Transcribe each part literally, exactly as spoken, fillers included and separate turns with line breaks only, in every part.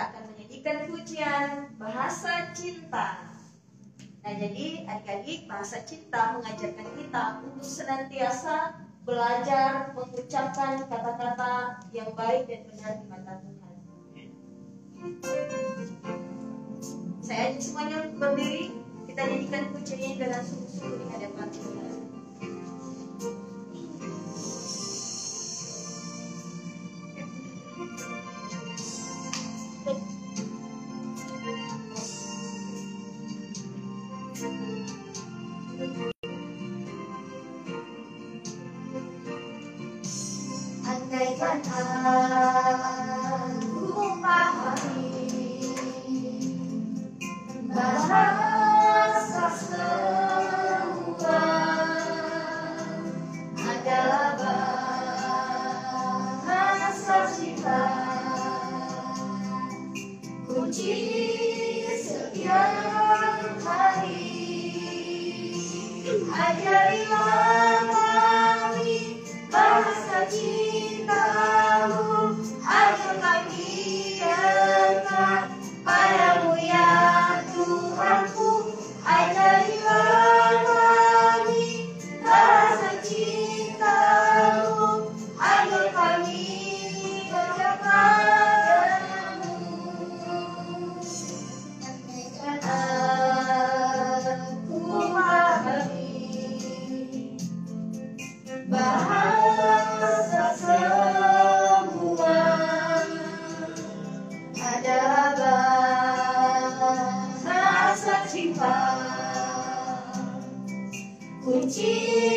akan menyanyikan pujian bahasa cinta. Nah, jadi adik-adik, bahasa cinta mengajarkan kita untuk senantiasa belajar mengucapkan kata-kata yang baik dan benar di mata Tuhan. Saya ajak semuanya untuk berdiri, kita nyanyikan pujian ini dengan sungguh-sungguh di hadapan Tuhan.
Andaikan aku pahami bahasa semua adalah bahasa cinta, kunci setiap hari. Ajarilah kami bahasa cinta-Mu, agar kami dekat padamu ya Tuhanku. Ajarilah kami bahasa cinta-Mu, agar kami dekat padamu. Aku pahami bahasa semua adalah bahasa cinta, kunci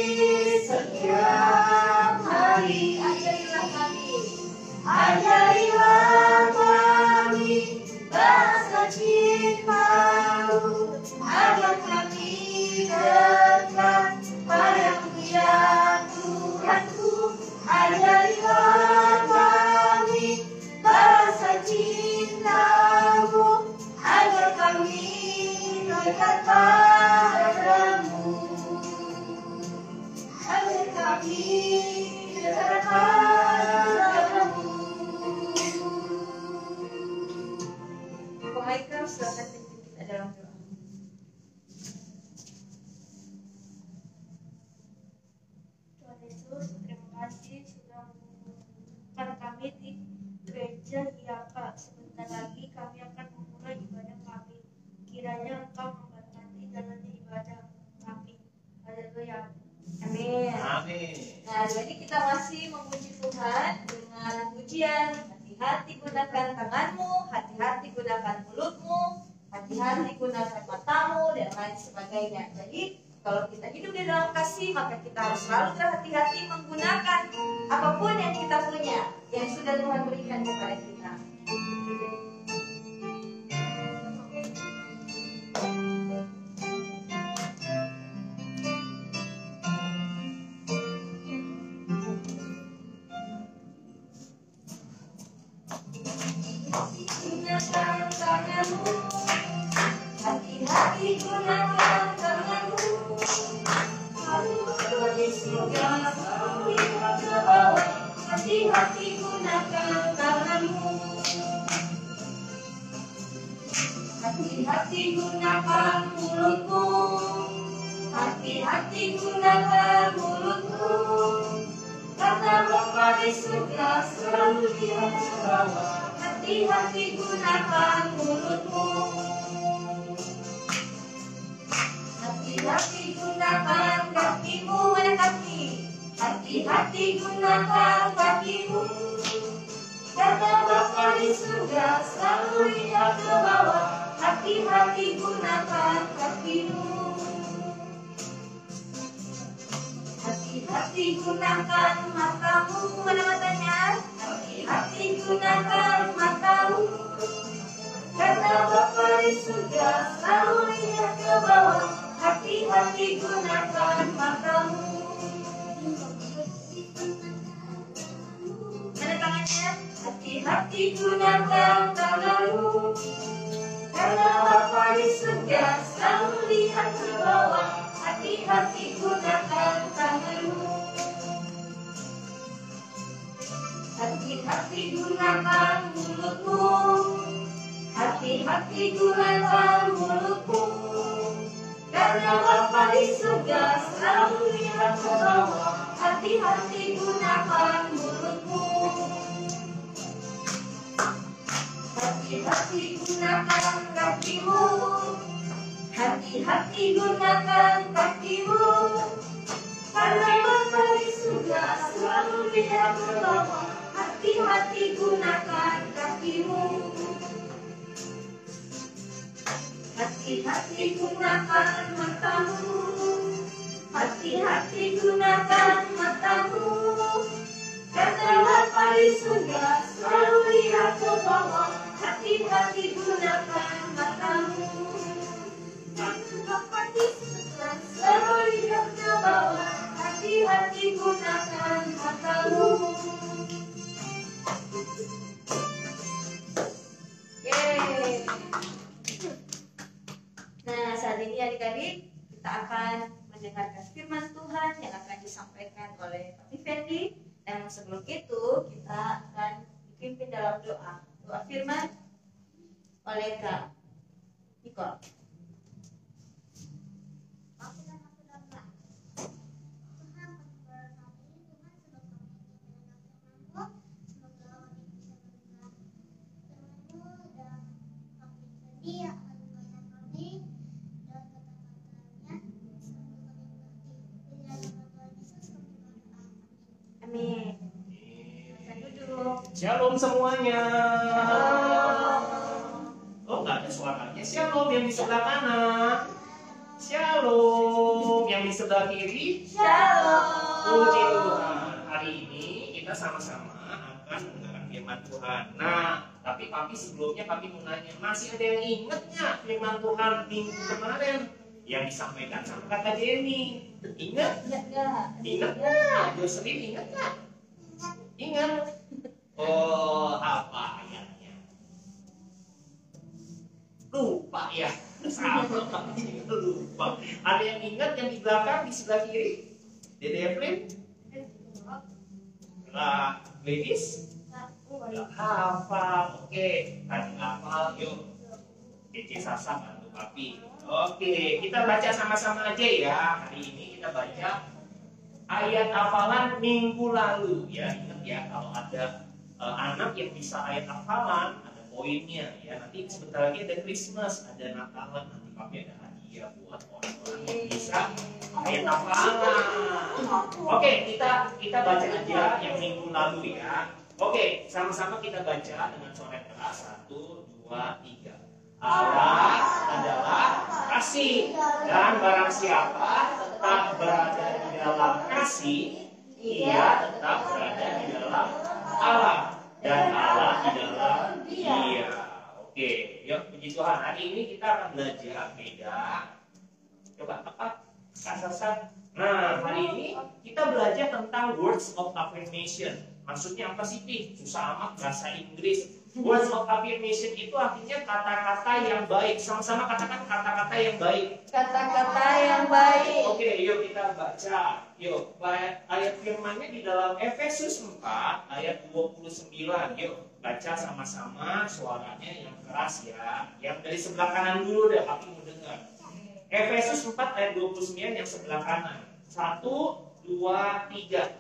setiap hari. Ajarilah kami, ajarilah kami bahasa cinta-Mu, agar kami dekat padamu ya Tuhanku. Ajarilah kami bahasa cinta-Mu, agar kami dekat padamu, agar kami dekat padamu.
Pemaikam, silakan pimpin kita dalam doa.
Tuhan Yesus, terima kasih sudah mengumpulkan kami di gereja I A K. Sebentar lagi kami akan memulai ibadah kami. Kiranya Engkau memberkati jalannya ibadah kami. Haleluya.
Amin.
Amin.
Nah, jadi kita masih memuji Tuhan dengan pujian. Hati-hati gunakan tanganmu, hati-hati gunakan mulutmu, hati-hati gunakan matamu, dan lain sebagainya. Jadi kalau kita hidup di dalam kasih, maka kita harus selalu berhati-hati menggunakan apapun yang kita punya, yang sudah Tuhan berikan kepada kita.
Gunakan tanganmu, hati-hati gunakan tanganmu. Aku di surga, aku lihat ke bawah. Hati-hati gunakan tanganmu, hati-hati gunakan mulutmu. Hati-hati gunakan mulutmu, karena Bapa di surga selalu lihat ke bawah. Hati-hati gunakan mulutmu, hati-hati gunakan kakimu. Mana kaki? Hati-hati gunakan kakimu, karena Bapa di surga selalu lihat ke bawah. Hati-hati gunakan kakimu, hati-hati gunakan matamu. Mana matanya? Hati-hati gunakan matamu, karena Bapa di surga selalu lihat ke bawah. Hati-hati gunakan matamu.
Mana tangannya?
Hati-hati gunakan tanganmu, karena Bapa di surga selalu lihat ke bawah. Hati-hati gunakan tanganmu, hati-hati gunakan mulutmu. hati-hati gunakan mulutmu, karena Bapa di surga selalu lihat ke bawah. Hati-hati gunakan mulutmu, hati-hati gunakan kakimu, hati-hati gunakan kakimu, karena Bapa di surga selalu lihat ke bawah. Hati-hati gunakan kakimu, hati-hati gunakan matamu, hati-hati gunakan matamu, karena Bapa di surga selalu lihat ke bawah. Hati-hati gunakan matamu, karena Bapa di surga selalu lihat ke bawah. Hati-hati gunakan matamu.
Yeay. Nah, saat ini adik-adik kita akan mendengarkan firman Tuhan yang akan disampaikan oleh Pak Fendi. Dan sebelum itu kita akan dipimpin dalam doa. Doa firman oleh Kak Nicole.
Dia akan membantu kami dan kata-katanya sambil kami mengerti. Di dalam nama Tuhan Yesus kami berdoa.
Amin. Kita duduk.
Shalom semuanya. Oh, nggak ada suaranya. Shalom yang di sebelah kanan. Shalom yang di sebelah kiri.
Shalom.
Puji Tuhan. Hari ini kita sama-sama akan mendengarkan firman Tuhan. Nah, tapi papi sebelumnya papi mau nanya, masih ada yang ingat nggak firman Tuhan minggu kemarin yang disampaikan sama kakak Jenny? Ingat?
Ingat nggak?
Ingat nggak? Jocelyn ingat nggak? Ingat? Oh, apa ayatnya? Lupa ya? Sama papi lupa. Ada yang ingat yang di belakang di sebelah kiri? Dede Evelyn? Lah, ladies? Gak hafal, oke, tadi hafal, yuk Kece Sasa bantu papi. Oke, kita baca sama-sama aja ya. Hari ini kita baca ayat hafalan minggu lalu ya. Ingat ya, kalau ada uh, anak yang bisa ayat hafalan, ada poinnya ya. Nanti sebentar lagi ada Christmas, ada Natalan, nanti papi ada hadiah buat orang-orang yang bisa ayat hafalan. Oke, kita kita baca aja yang minggu lalu ya. Oke, sama-sama kita baca dengan suara keras. Satu, dua, tiga. Allah adalah kasih, dan barang siapa tetap berada di dalam kasih, ia tetap berada di dalam Allah, dan Allah di dalam dia. Oke, yuk puji Tuhan. Hari ini kita akan belajar beda. Coba tepat, Kak Sasa. Nah, hari ini kita belajar tentang words of affirmation. Maksudnya apa sih, Pi? Susah amat bahasa Inggris. Words of affirmation itu artinya kata-kata yang baik. Sama-sama katakan kata-kata yang baik.
Kata-kata yang baik.
Oke, yuk kita baca. Yuk, ayat firmannya di dalam Efesus empat ayat dua puluh sembilan. Yuk, baca sama-sama, suaranya yang keras ya. Yang dari sebelah kanan dulu deh, aku mau dengar. Efesus empat ayat dua puluh sembilan yang sebelah kanan. Satu, dua, tiga.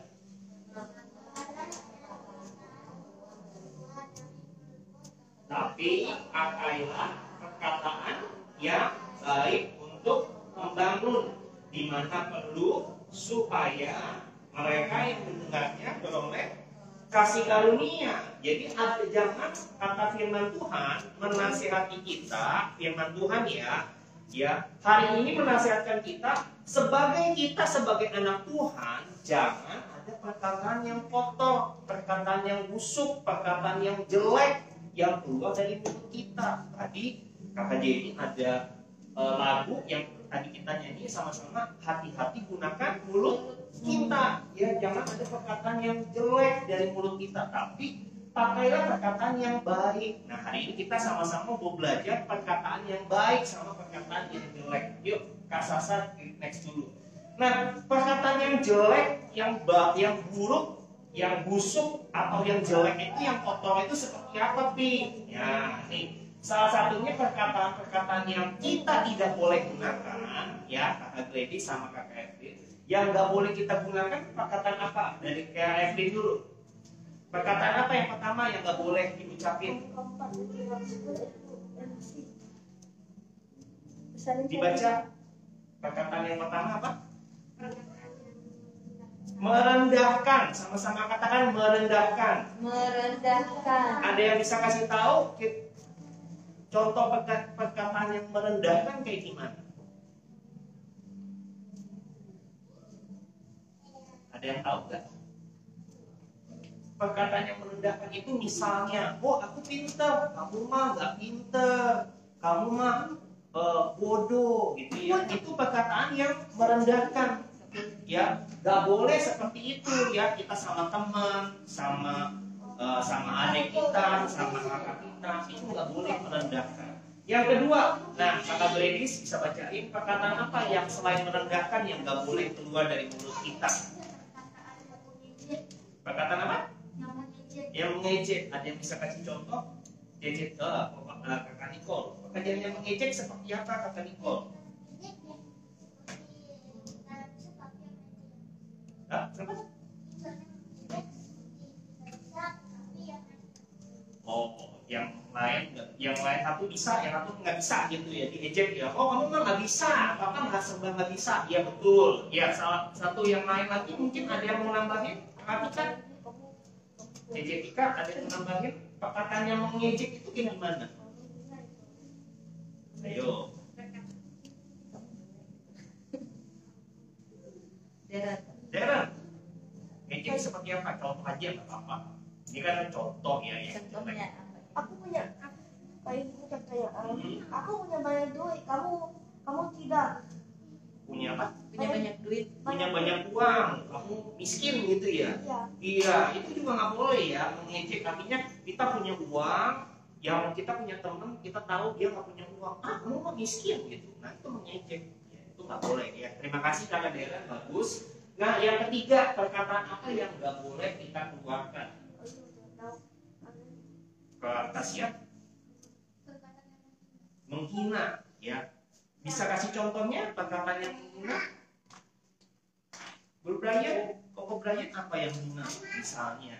Tapi pakailah perkataan yang baik untuk membangun di mana perlu, supaya mereka yang mendengarnya beroleh kasih karunia. Jadi ada jangan kata firman Tuhan menasihati kita, firman Tuhan ya, ya hari ini menasihatkan kita sebagai kita sebagai anak Tuhan, jangan ada perkataan yang kotor, perkataan yang busuk, perkataan yang jelek yang keluar dari mulut kita. Tadi kakak Jenny ada e, lagu yang tadi kita nyanyi sama-sama, hati-hati gunakan mulut kita ya, jangan ada perkataan yang jelek dari mulut kita, tapi pakailah perkataan yang baik. Nah, hari ini kita sama-sama mau belajar perkataan yang baik sama perkataan yang jelek. Yuk, Kak Sasa next dulu. Nah, perkataan yang jelek, yang ba yang buruk, yang busuk atau yang jelek itu, yang kotor itu seperti apa, Pi? Ya, nih Salah satunya perkataan-perkataan yang kita tidak boleh gunakan, ya kakak Grady sama kakak Evelyn. Yang nggak boleh kita gunakan perkataan apa? Dari kakak Evelyn dulu. Perkataan apa yang pertama yang nggak boleh diucapin? Dibaca. Perkataan yang pertama apa? Merendahkan. Sama-sama katakan merendahkan.
Merendahkan.
Ada yang bisa kasih tahu contoh perkataan yang merendahkan kayak gimana? Ada yang tahu nggak? Perkataan yang merendahkan itu misalnya, oh aku pinter, kamu mah nggak pinter, kamu mah uh, bodoh, gitu ya. Itu perkataan yang merendahkan, ya. Nggak boleh seperti itu, ya. Kita sama teman, sama uh, sama adik kita, sama kakak kita, itu nggak boleh merendahkan. Yang kedua, nah kakak Gladys bisa bacain perkataan apa yang selain merendahkan yang nggak boleh keluar dari mulut kita? Perkataan apa? Yang mengejek. Ada yang bisa kasih contoh? Jejek ke uh, kakak Nicole. Perkataan yang mengejek seperti apa kakak Nicole? Hah? Oh, yang lain, yang lain satu bisa, yang satu nggak bisa gitu ya, diejek ya. Oh kamu mah nggak bisa, papa nggak serba nggak bisa. Ya betul. Ya salah satu yang lain lagi mungkin ada yang mau nambahin. Kami kan Ejeka ada yang nambahin perkataan yang mengejek itu gimana? Ayo.
Deren.
Deren. Ejek seperti apa? Contoh aja nggak apa-apa. Ini kan contoh ya. ya.
Contohnya apa?
Aku punya kayak gini contohnya. Um, aku punya banyak duit, kamu kamu tidak.
Punya apa?
Punya banyak duit.
Punya banyak uang, kamu miskin gitu ya?
Iya.
Iya, itu juga nggak boleh ya mengejek. Artinya kita punya uang, yang kita punya teman, kita tahu dia nggak punya uang. Ah, kamu mah miskin gitu. Nah itu mengejek. Ya, itu nggak boleh ya. Terima kasih kakak Deren, bagus. Nah yang ketiga perkataan apa yang nggak boleh kita keluarkan? Ke atas ya. Menghina ya. Bisa kasih contohnya perkataan yang menghina? Bro Brian, Koko Brian apa yang menghina misalnya?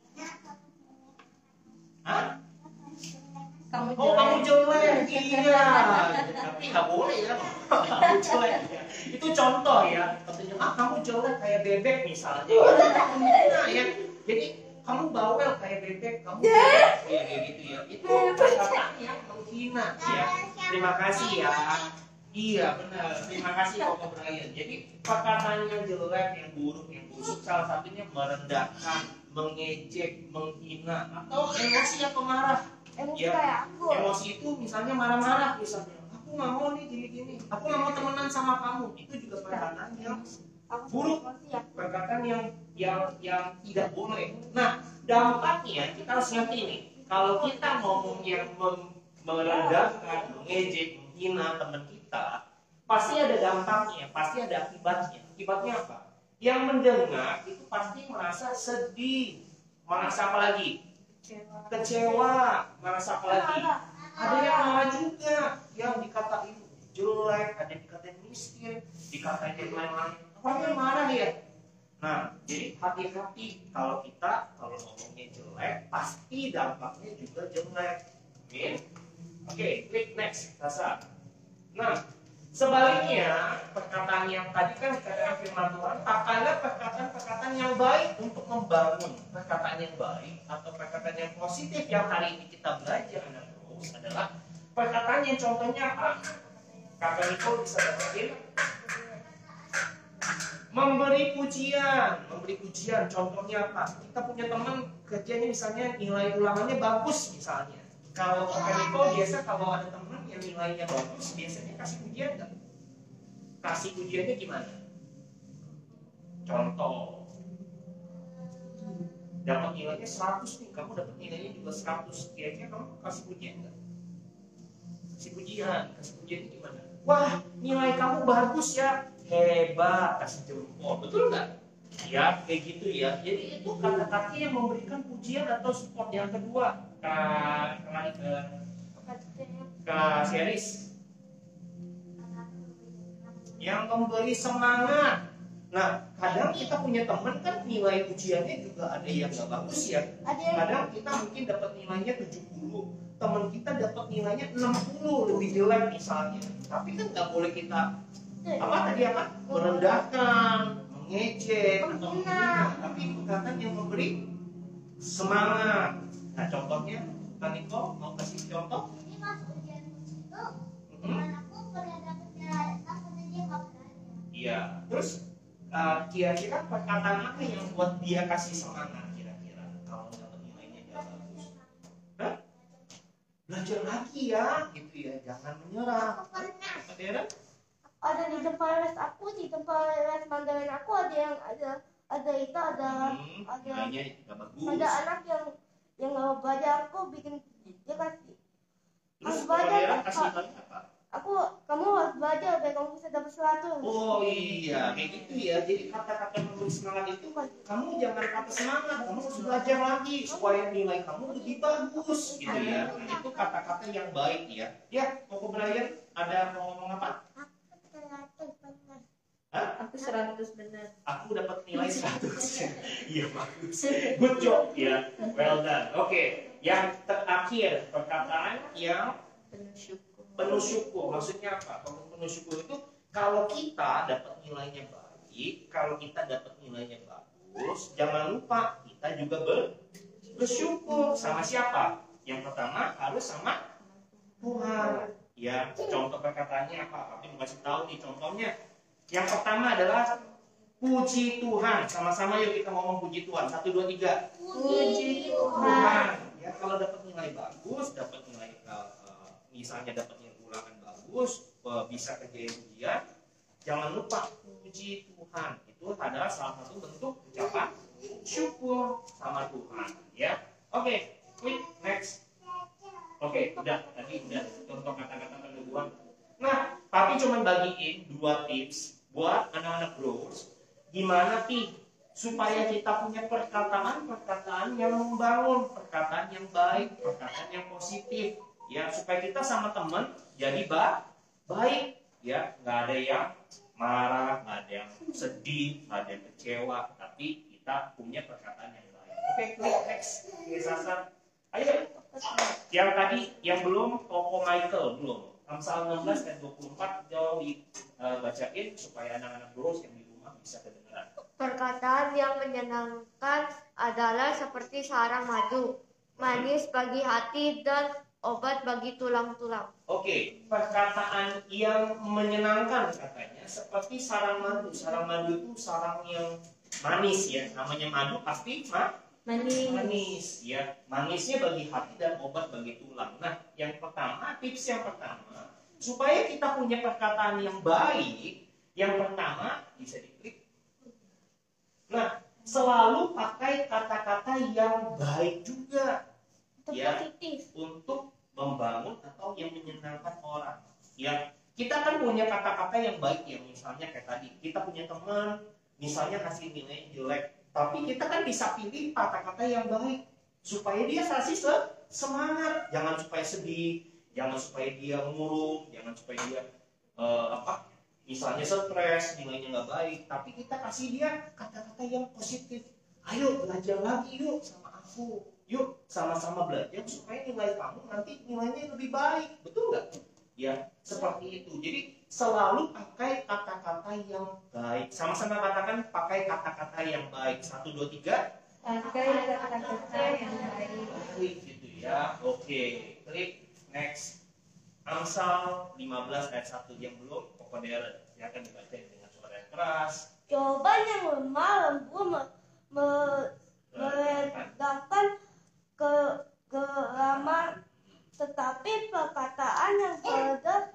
Hah?
Kamu
Oh kamu jelek, iya. Tapi nggak boleh ya, kamu jelek ya. Itu contoh ya. Katanya ah kamu jelek kayak bebek misalnya. Nah ya, jadi kamu bawel kayak bebek, kamu jelek ya kayak gitu ya. Itu perkataan yang menghina ya. Terima kasih ya. Iya benar, terima kasih Koko Brian. Jadi perkataan yang jelek, yang buruk, yang busuk salah satunya merendahkan, mengejek, menghina, atau emosi atau marah.
Emosi
Ya,
kayak aku.
emosi itu misalnya marah-marah misalnya. Aku nggak mau nih gini-gini. Aku nggak mau temenan sama kamu. Itu juga perkataan yang
Aku
buruk.
emosi ya.
Perkataan yang yang yang tidak boleh. Nah dampaknya kita harus ngerti nih. Kalau kita ngomong yang mem- merendahkan, mengejek, menghina teman kita, pasti ada dampaknya, pasti ada akibatnya. Akibatnya apa? Yang mendengar itu pasti merasa sedih, merasa apa lagi? Kecewa, merasa apa lagi? Ada yang marah juga, yang dikatain jelek, ada yang dikatain miskin, dikatain yang lain-lain. Apa marah ya? Nah, jadi hati-hati kalau kita kalau ngomongnya jelek, pasti dampaknya juga jelek. Oke, oke, klik next, Sasa. Nah, sebaliknya perkataan yang tadi kan dikatakan firman Tuhan, pakailah perkataan-perkataan yang baik untuk membangun. Perkataan yang baik atau perkataan yang positif yang hari ini kita belajar terus adalah perkataan yang contohnya apa? Kakak Nicole bisa dapetin? Memberi pujian, memberi pujian. Contohnya apa? Kita punya teman kerjanya misalnya nilai ulangannya bagus misalnya. Kalau Kakak Nicole biasa kalau ada teman yang nilainya bagus, biasanya kasih pujian nggak? Kasih pujiannya gimana? Contoh, dapat nilainya seratus nih, kamu dapat nilainya juga seratus. Kira-kira kamu kasih pujian nggak? Kasih pujian, kasih pujiannya gimana? Wah, nilai kamu bagus ya, hebat, kasih jempol, betul nggak? Ya, kayak gitu ya. Jadi itu kata-kata yang memberikan pujian atau support. Yang kedua, kembali ke Kak Seris? Yang memberi semangat. Nah, kadang kita punya teman kan nilai ujiannya juga ada yang nggak bagus ya.
Ada yang
Kadang kita mungkin dapat nilainya tujuh puluh, teman kita dapat nilainya enam puluh, lebih jelek misalnya. Tapi kan nggak boleh kita apa tadi apa? Merendahkan, mengejek atau menghina. Tapi perkataan yang memberi semangat. Nah, contohnya, Kak Niko mau kasih contoh?
Ini pas ujian musik itu,
Mhm.
teman aku pernah dapet nilai enam, karena dia nggak belajar.
Iya. Terus uh, kira-kira perkataan apa yang buat dia kasih semangat kira-kira kalau dapat nilainya nggak bagus? Hah? Belajar lagi ya, gitu ya. Jangan menyerah.
Aku pernah.
Apa Tera?
ada di tempat les aku, di tempat les Mandarin aku ada yang ada ada itu ada
Hmm,
ada
nilainya nggak bagus.
ada anak yang yang nggak mau belajar, aku bikin dia kasih
Terus
harus
kalau
belajar,
Tera
Kak.
kasih tahu apa?
aku kamu harus belajar biar kamu bisa dapat seratus.
Oh iya, kayak gitu ya. Jadi kata-kata memberi semangat itu kamu jangan patah semangat, kamu harus belajar lagi supaya nilai kamu lebih bagus, gitu ya. Nah, itu kata-kata yang baik ya. Ya, Koko Brian ada mau ngomong apa? Hah?
Aku seratus benar.
Aku dapat nilai seratus. Iya bagus. Good job ya. Well done. Oke, yang terakhir perkataan yang
Penuh syukur.
penuh syukur. Maksudnya apa? Kalau penuh syukur itu kalau kita dapat nilainya baik, kalau kita dapat nilainya bagus, jangan lupa kita juga ber bersyukur sama siapa? Yang pertama harus sama Tuhan. Ya, contoh perkataannya apa? Tapi mau kasih tahu nih contohnya. Yang pertama adalah puji Tuhan. Sama-sama yuk kita ngomong puji Tuhan. Satu, dua, tiga.
Puji
Tuhan. Ya, kalau dapat nilai bagus, dapat nilai uh, uh, misalnya dapat nilai ulangan bagus, uh, bisa kerjain ujian, jangan lupa puji Tuhan. Itu adalah salah satu bentuk ucapan syukur sama Tuhan. Ya, oke, okay. Next. Oke, okay, udah tadi udah contoh kata-kata penubuhan. Nah, tapi cuma bagiin dua tips buat anak-anak growers, gimana sih supaya kita punya perkataan-perkataan yang membangun, perkataan yang baik, perkataan yang positif, ya supaya kita sama teman jadi ba baik, ya nggak ada yang marah, nggak ada yang sedih, nggak ada yang kecewa, tapi kita punya perkataan yang baik. Oke, klik next, oke Sasa, ayo. Yang tadi yang belum, Koko Michael belum. Amsal enam belas dan dua puluh empat jauh dibacain supaya anak-anak growers yang di rumah bisa kedengaran.
Perkataan yang menyenangkan adalah seperti sarang madu, manis bagi hati dan obat bagi tulang-tulang.
Oke, perkataan yang menyenangkan katanya seperti sarang madu. Sarang madu itu sarang yang manis ya, namanya madu pasti ma
Manis.
manis ya, manisnya bagi hati dan obat bagi tulang. Nah, yang pertama, tips yang pertama supaya kita punya perkataan yang baik, yang pertama bisa diklik. Nah, selalu pakai kata-kata yang baik juga,
Untuk
ya,
positif.
untuk membangun atau yang menyenangkan orang. Ya, kita kan punya kata-kata yang baik ya, misalnya kayak tadi kita punya teman, misalnya kasih nilai jelek. Tapi kita kan bisa pilih kata-kata yang baik supaya dia kasih semangat, jangan supaya sedih, jangan supaya dia murung, jangan supaya dia uh, apa, misalnya stres, nilainya nggak baik. Tapi kita kasih dia kata-kata yang positif. Ayo belajar lagi yuk sama aku, yuk sama-sama belajar supaya nilai kamu nanti nilainya lebih baik, betul nggak? Ya seperti itu. Jadi selalu pakai kata-kata yang baik. Sama-sama katakan pakai kata-kata yang baik. Satu, dua, tiga.
Pakai kata-kata yang baik.
Baik gitu ya. Oke, klik next. Amsal lima belas ayat satu yang belum, Kokodera ya akan dibaca dengan suara yang keras.
Jawaban yang lemah lembut me, me, meredakan ke geraman, tetapi perkataan yang cerdas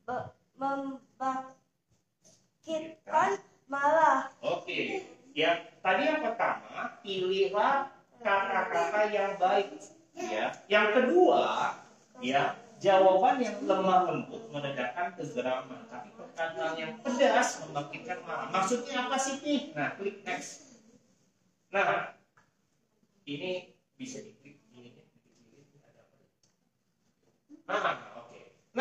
membangkitkan marah.
Oke, ya tadi yang pertama pilihlah kata-kata yang baik, ya. Yang kedua, ya jawaban yang lemah lembut meredakan kegeraman, tapi perkataan yang pedas membangkitkan marah. Maksudnya apa sih nih? Nah, klik next. Nah, ini bisa diklik ini. Nah, oke.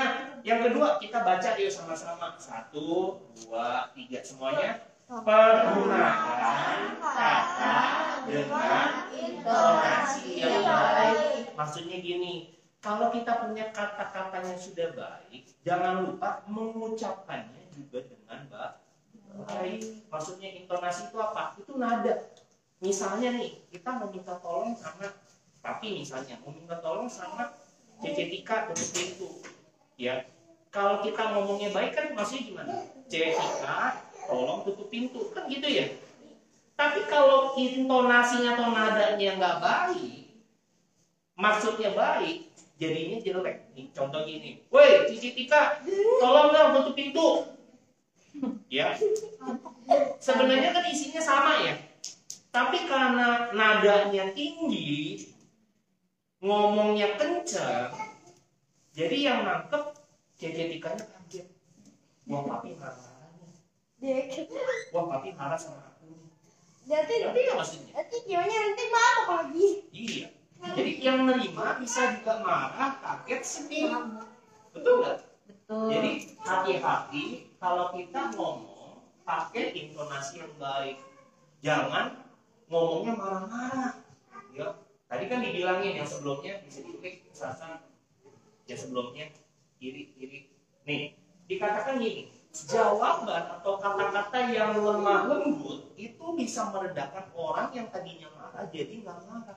Yang kedua, kita baca yuk sama-sama. Satu, dua, tiga. Semuanya. Pergunakan kata dengan intonasi yang baik. Maksudnya gini, kalau kita punya kata-katanya sudah baik, jangan lupa mengucapkannya juga dengan baik. Maksudnya intonasi itu apa? Itu nada. Misalnya nih, kita mau minta tolong sama papi misalnya, mau minta tolong sama Cece Tika tutup pintu. Ya, kalau kita ngomongnya baik kan maksudnya gimana? Cece Tika, tolong tutup pintu, kan gitu ya. Tapi kalau intonasinya atau nadanya nggak baik, maksudnya baik, jadinya jelek. Nih, contoh gini, woi Cici Tika, tolong dong tutup pintu. Ya, sebenarnya kan isinya sama ya. Tapi karena nadanya tinggi, ngomongnya kencang, jadi yang nangkep Cece Tikanya kaget. Wah papi marah-marah nih. Wah papi marah sama aku nih.
Jadi,
Tapi ya maksudnya.
nanti kiranya nanti marah apa lagi?
Iya. Jadi yang nerima bisa juga marah, kaget, sedih. Betul nggak?
Betul.
Jadi hati-hati kalau kita ngomong pakai intonasi yang baik. Jangan ngomongnya marah-marah. Ya. Tadi kan dibilangin yang sebelumnya bisa diklik sasa. Yang sebelumnya kiri-kiri. Nih, dikatakan gini. Jawaban atau kata-kata yang lemah lembut itu bisa meredakan orang yang tadinya marah jadi nggak marah.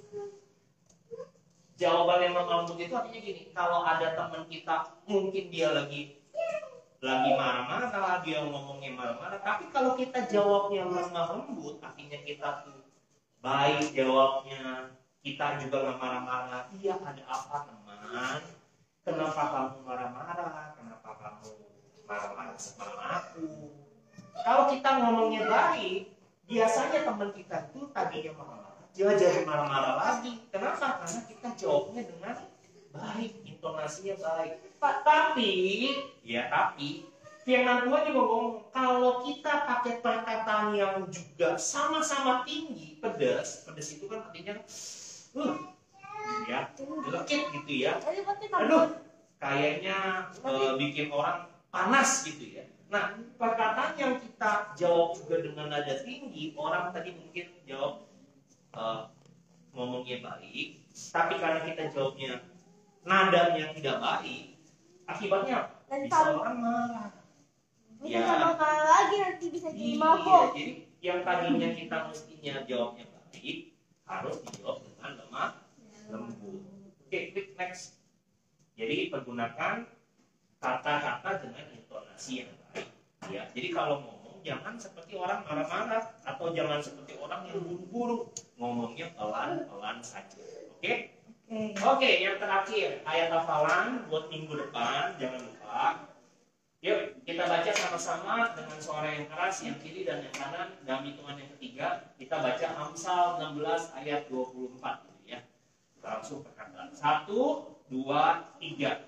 Jawaban yang lemah lembut itu artinya gini, kalau ada teman kita mungkin dia lagi lagi marah-marah, dia ngomongnya marah-marah, tapi kalau kita jawabnya lemah lembut, artinya kita tuh baik jawabnya, kita juga nggak marah-marah. Iya, ada apa teman? Kenapa kamu marah-marah? Kenapa kamu marah-marah sama aku? Kalau kita ngomongnya baik, biasanya teman kita tuh tadinya marah-marah, dia jadi marah-marah lagi. Kenapa? Karena kita jawabnya dengan baik, intonasinya baik. Tapi, ya tapi, firman Tuhan juga ngomong, kalau kita pakai perkataan yang juga sama-sama tinggi, pedas, pedas itu kan artinya, uh, ya, lekit gitu ya. Aduh, kayaknya uh, bikin orang panas gitu ya. Nah, perkataan yang kita jawab juga dengan nada tinggi, orang tadi mungkin jawab uh, ngomongnya baik, tapi karena kita jawabnya nadanya tidak baik, akibatnya
Dan
bisa
kalau-
orang marah.
Bisa sama kalah lagi nanti bisa jadi mabok.
Iya, jadi yang tadinya kita mestinya jawabnya baik, harus dijawab dengan lemah lembut. Oke, klik next. Jadi pergunakan kata-kata dengan intonasi yang baik. Ya, jadi kalau ngomong jangan seperti orang marah-marah atau jangan seperti orang yang buru-buru. Ngomongnya pelan-pelan saja. Oke?
Oke.
Oke, yang terakhir ayat hafalan buat minggu depan, jangan lupa. Yuk, kita baca sama-sama dengan suara yang keras, yang kiri dan yang kanan. Dalam hitungan yang ketiga, kita baca Amsal enam belas ayat dua puluh empat. Ya. Kita langsung perkataan. Satu, dua, tiga.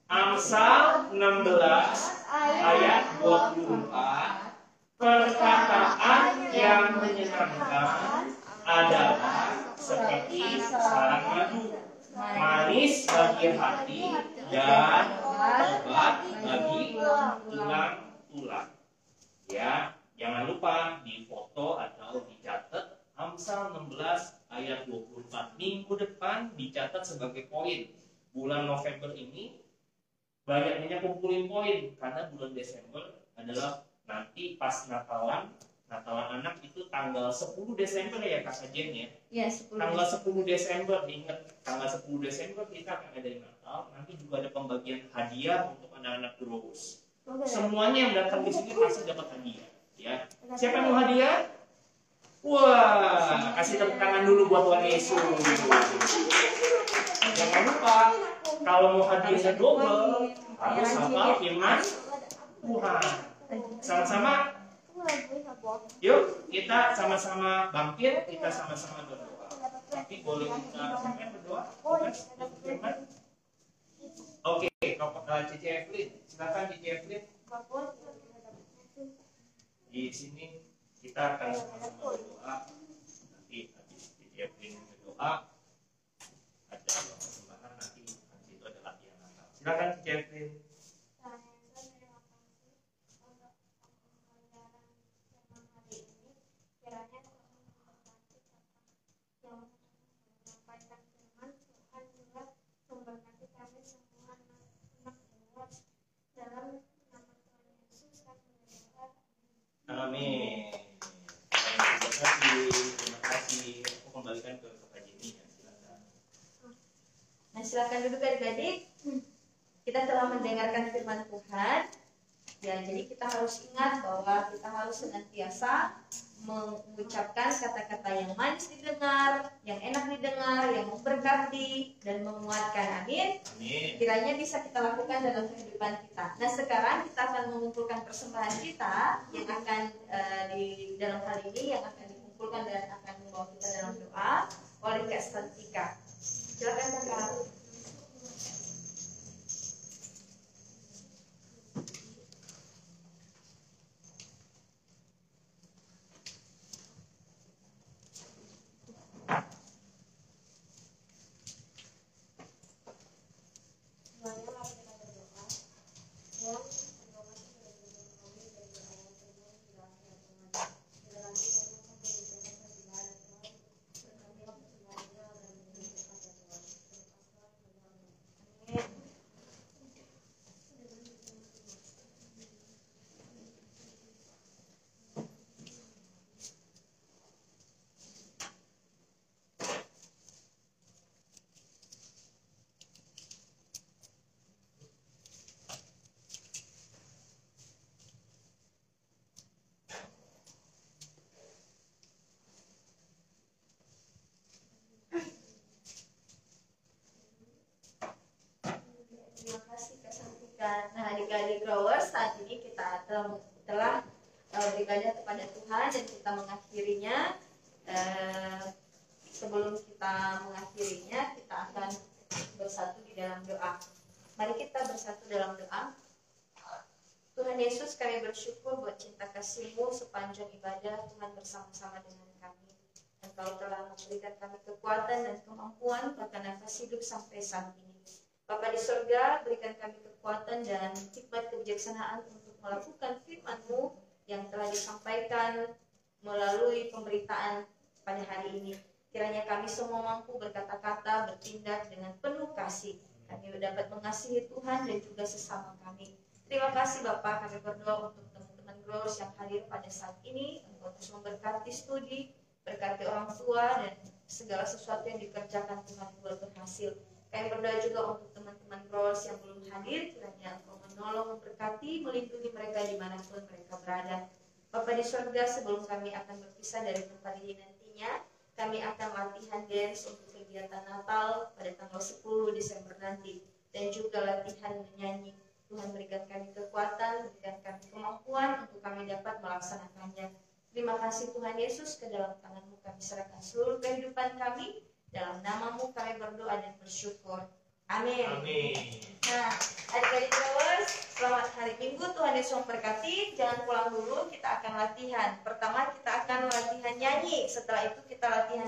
Amsal enam belas ayat dua puluh empat. Perkataan yang menyenangkan adalah seperti sarang madu, manis bagi hati dan obat bagi tulang-tulang. Ya, jangan lupa di foto atau dicatat Amsal enam belas ayat dua puluh empat. Minggu depan dicatat sebagai poin. Bulan November ini banyak-banyak kumpulin poin karena bulan Desember adalah nanti pas Natalan. Natalan anak itu tanggal sepuluh Desember ya Kak Sajen ya.
Ya, sepuluh.
Tanggal sepuluh Desember, diingat tanggal sepuluh Desember kita akan ada Natal. Nanti juga ada pembagian hadiah untuk anak-anak Growers. Semuanya yang datang di sini pasti dapat hadiah, ya. Siapa yang mau hadiah? Wah, kasih tepuk tangan dulu buat Tuhan Yesus. Jangan lupa, kalau mau hadiahnya double, harus hafal firman Tuhan. Sama-sama. Yuk, kita sama-sama bangkit, kita sama-sama berdoa. Tapi boleh kita sampai berdoa? Oke, Kak Cici Evelyn, silakan Cici Evelyn. Di sini kita akan sama-sama berdoa. Nanti habis Cici Evelyn berdoa, ada persembahan nanti. Nanti itu ada latihan Natal. Silakan Cici Evelyn.
Silakan duduk adik-adik. Kita telah mendengarkan firman Tuhan. Ya, jadi kita harus ingat bahwa kita harus senantiasa mengucapkan kata-kata yang manis didengar, yang enak didengar, yang memberkati dan menguatkan. Amin.
Amin.
Kiranya bisa kita lakukan dalam kehidupan kita. Nah, sekarang kita akan mengumpulkan persembahan kita yang akan uh, di dalam hal ini yang akan dikumpulkan dan akan membawa kita dalam doa oleh Kak Santika. Silakan Kak. Nah, adik-adik growers, saat ini kita telah, telah uh, beribadah kepada Tuhan dan kita mengakhirinya. Uh, sebelum kita mengakhirinya, kita akan bersatu di dalam doa. Mari kita bersatu dalam doa. Tuhan Yesus, kami bersyukur buat cinta kasih-Mu sepanjang ibadah Tuhan bersama-sama dengan kami. Engkau telah memberikan kami kekuatan dan kemampuan bahkan nafas hidup sampai saat ini. Bapa di surga, berikan kami kekuatan dan hikmat kebijaksanaan untuk melakukan firman-Mu yang telah disampaikan melalui pemberitaan pada hari ini. Kiranya kami semua mampu berkata-kata, bertindak dengan penuh kasih. Kami dapat mengasihi Tuhan dan juga sesama kami. Terima kasih Bapak, kami berdoa untuk teman-teman growers yang hadir pada saat ini. Engkau terus memberkati studi, berkati orang tua dan segala sesuatu yang dikerjakan Tuhan buat berhasil. Kami berdoa juga untuk teman-teman growers yang belum hadir, kiranya Engkau menolong, memberkati, melindungi mereka dimanapun mereka berada. Bapa di surga, sebelum kami akan berpisah dari tempat ini nantinya, kami akan latihan dance untuk kegiatan Natal pada tanggal sepuluh Desember nanti, dan juga latihan menyanyi. Tuhan berikan kami kekuatan, berikan kami kemampuan untuk kami dapat melaksanakannya. Terima kasih Tuhan Yesus, ke dalam tangan-Mu kami serahkan seluruh kehidupan kami. Dalam nama-Mu kami berdoa dan bersyukur. Amin.
Amin.
Nah, adik-adik growers, selamat hari Minggu. Tuhan Yesus memberkati. Jangan pulang dulu, kita akan latihan. Pertama kita akan latihan nyanyi. Setelah itu kita latihan